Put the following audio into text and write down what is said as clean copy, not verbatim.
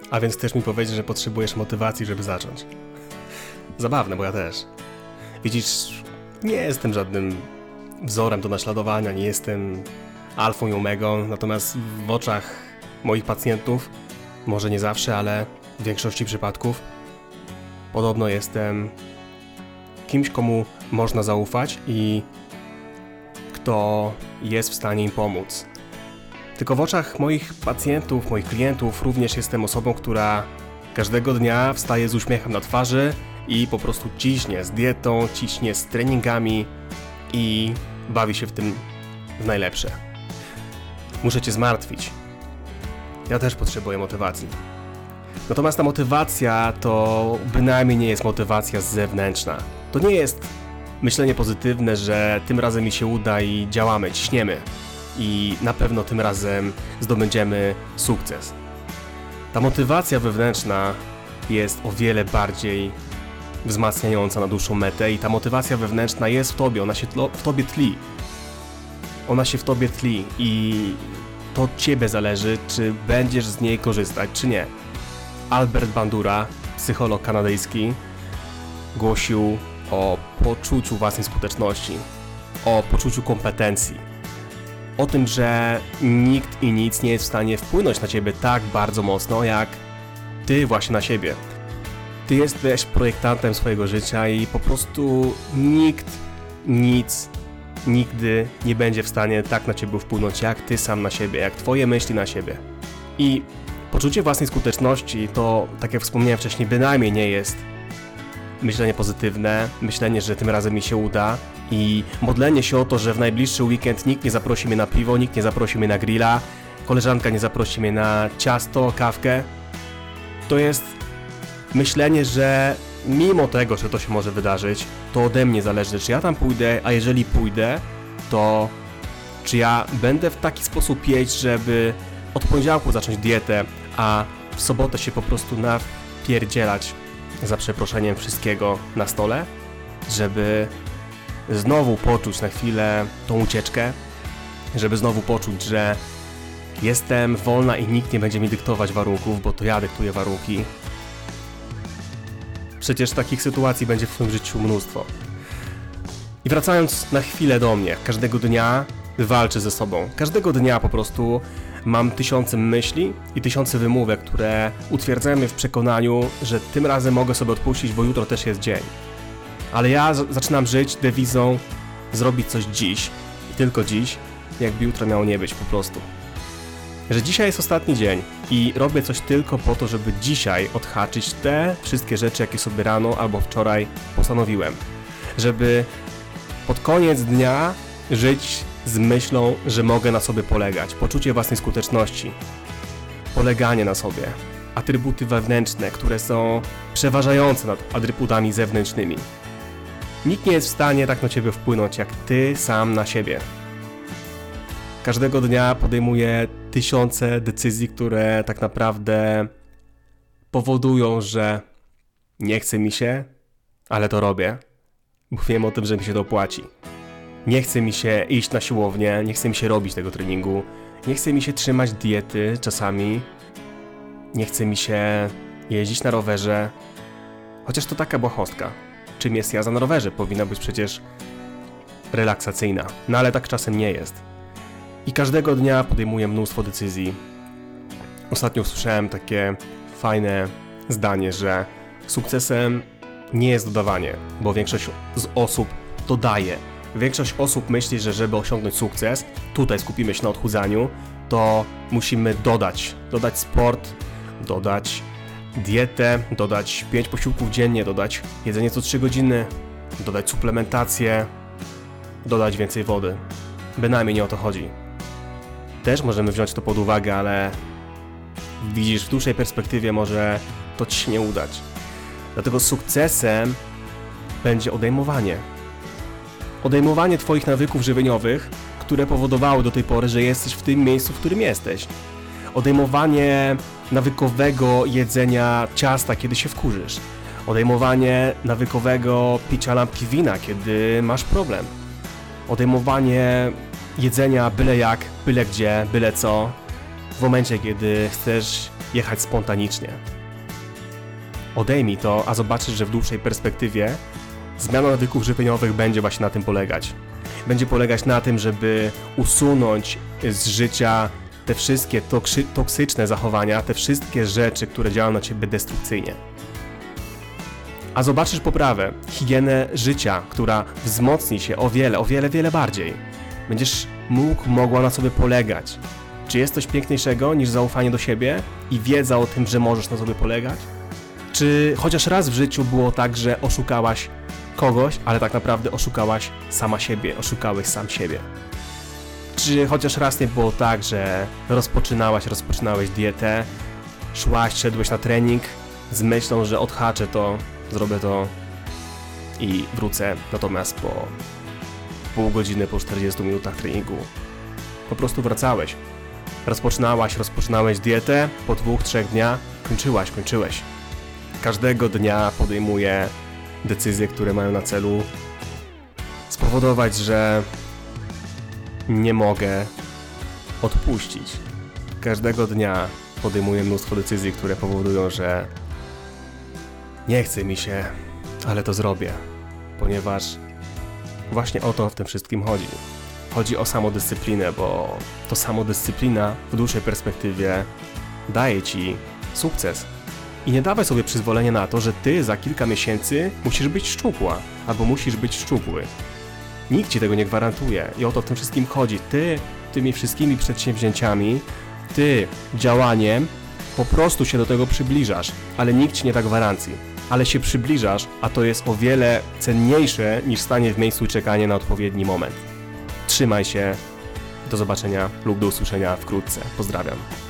A więc chcesz mi powiedzieć, że potrzebujesz motywacji, żeby zacząć. Zabawne, bo ja też. Widzisz, nie jestem żadnym wzorem do naśladowania, nie jestem alfą i omegą, natomiast w oczach moich pacjentów, może nie zawsze, ale w większości przypadków, podobno jestem kimś, komu można zaufać i kto jest w stanie im pomóc. Tylko w oczach moich pacjentów, moich klientów również jestem osobą, która każdego dnia wstaje z uśmiechem na twarzy i po prostu ciśnie z dietą, ciśnie z treningami i bawi się w tym w najlepsze. Muszę Cię zmartwić. Ja też potrzebuję motywacji. Natomiast ta motywacja to bynajmniej nie jest motywacja zewnętrzna. To nie jest myślenie pozytywne, że tym razem mi się uda i działamy, ciśniemy. I na pewno tym razem zdobędziemy sukces. Ta motywacja wewnętrzna jest o wiele bardziej wzmacniająca na dłuższą metę i ta motywacja wewnętrzna jest w Tobie, ona się w Tobie tli. Ona się w Tobie tli i to od Ciebie zależy, czy będziesz z niej korzystać, czy nie. Albert Bandura, psycholog kanadyjski, głosił o poczuciu własnej skuteczności, o poczuciu kompetencji. O tym, że nikt i nic nie jest w stanie wpłynąć na Ciebie tak bardzo mocno, jak Ty właśnie na siebie. Ty jesteś projektantem swojego życia i po prostu nikt, nic, nigdy nie będzie w stanie tak na Ciebie wpłynąć, jak Ty sam na siebie, jak Twoje myśli na siebie. I poczucie własnej skuteczności to, tak jak wspomniałem wcześniej, bynajmniej nie jest myślenie pozytywne, myślenie, że tym razem mi się uda i modlenie się o to, że w najbliższy weekend nikt nie zaprosi mnie na piwo, nikt nie zaprosi mnie na grilla, koleżanka nie zaprosi mnie na ciasto, kawkę. To jest myślenie, że mimo tego, że to się może wydarzyć, to ode mnie zależy, czy ja tam pójdę, a jeżeli pójdę, to czy ja będę w taki sposób jeść, żeby od poniedziałku zacząć dietę, a w sobotę się po prostu napierdzielać, za przeproszeniem, wszystkiego na stole, żeby znowu poczuć na chwilę tą ucieczkę, żeby znowu poczuć, że jestem wolna i nikt nie będzie mi dyktować warunków, bo to ja dyktuję warunki. Przecież takich sytuacji będzie w Twoim życiu mnóstwo. I wracając na chwilę do mnie, każdego dnia walczę ze sobą. Każdego dnia po prostu mam tysiące myśli i tysiące wymówek, które utwierdzają mnie w przekonaniu, że tym razem mogę sobie odpuścić, bo jutro też jest dzień. Ale ja zaczynam żyć dewizą zrobić coś dziś i tylko dziś, jakby jutro miało nie być po prostu. Że dzisiaj jest ostatni dzień i robię coś tylko po to, żeby dzisiaj odhaczyć te wszystkie rzeczy, jakie sobie rano albo wczoraj postanowiłem. Żeby pod koniec dnia żyć z myślą, że mogę na sobie polegać. Poczucie własnej skuteczności. Poleganie na sobie. Atrybuty wewnętrzne, które są przeważające nad atrybutami zewnętrznymi. Nikt nie jest w stanie tak na Ciebie wpłynąć, jak Ty sam na siebie. Każdego dnia podejmuję tysiące decyzji, które tak naprawdę powodują, że nie chce mi się, ale to robię, bo wiem o tym, że mi się to opłaci. Nie chce mi się iść na siłownię, nie chce mi się robić tego treningu, nie chce mi się trzymać diety czasami, nie chce mi się jeździć na rowerze, chociaż to taka błahostka. Czym jest jazda na rowerze? Powinna być przecież relaksacyjna, no ale tak czasem nie jest. I każdego dnia podejmuję mnóstwo decyzji. Ostatnio usłyszałem takie fajne zdanie, że sukcesem nie jest dodawanie, bo większość z osób dodaje. Większość osób myśli, że żeby osiągnąć sukces, tutaj skupimy się na odchudzaniu, to musimy dodać sport, dodać dietę, dodać 5 posiłków dziennie, dodać jedzenie co 3 godziny, dodać suplementację, dodać więcej wody. Bynajmniej nie o to chodzi. Też możemy wziąć to pod uwagę, ale widzisz, w dłuższej perspektywie może to Ci się nie udać. Dlatego sukcesem będzie odejmowanie. Odejmowanie Twoich nawyków żywieniowych, które powodowały do tej pory, że jesteś w tym miejscu, w którym jesteś. Odejmowanie nawykowego jedzenia ciasta, kiedy się wkurzysz. Odejmowanie nawykowego picia lampki wina, kiedy masz problem. Odejmowanie jedzenia byle jak, byle gdzie, byle co, w momencie, kiedy chcesz jechać spontanicznie. Odejmij to, a zobaczysz, że w dłuższej perspektywie zmiana nawyków żywieniowych będzie właśnie na tym polegać. Będzie polegać na tym, żeby usunąć z życia te wszystkie toksyczne zachowania, te wszystkie rzeczy, które działają na ciebie destrukcyjnie. A zobaczysz poprawę, higienę życia, która wzmocni się o wiele bardziej. Będziesz mogła na sobie polegać. Czy jest coś piękniejszego niż zaufanie do siebie i wiedza o tym, że możesz na sobie polegać? Czy chociaż raz w życiu było tak, że oszukałaś kogoś, ale tak naprawdę oszukałaś sama siebie, oszukałeś sam siebie? Czy chociaż raz nie było tak, że rozpoczynałeś dietę, szedłeś na trening z myślą, że odhaczę to, zrobię to i wrócę, natomiast po pół godziny, po 40 minutach treningu po prostu wracałeś. Rozpoczynałeś dietę, po 2-3 dniach kończyłeś. Każdego dnia podejmuję decyzje, które mają na celu spowodować, że nie mogę odpuścić. Każdego dnia podejmuję mnóstwo decyzji, które powodują, że nie chce mi się, ale to zrobię, ponieważ właśnie o to w tym wszystkim chodzi. Chodzi o samodyscyplinę, bo to samodyscyplina w dłuższej perspektywie daje ci sukces. I nie dawaj sobie przyzwolenia na to, że ty za kilka miesięcy musisz być szczupła, albo musisz być szczupły. Nikt ci tego nie gwarantuje i o to w tym wszystkim chodzi. Ty tymi wszystkimi przedsięwzięciami, ty działaniem po prostu się do tego przybliżasz, ale nikt ci nie da gwarancji. Ale się przybliżasz, a to jest o wiele cenniejsze niż stanie w miejscu i czekanie na odpowiedni moment. Trzymaj się, do zobaczenia lub do usłyszenia wkrótce. Pozdrawiam.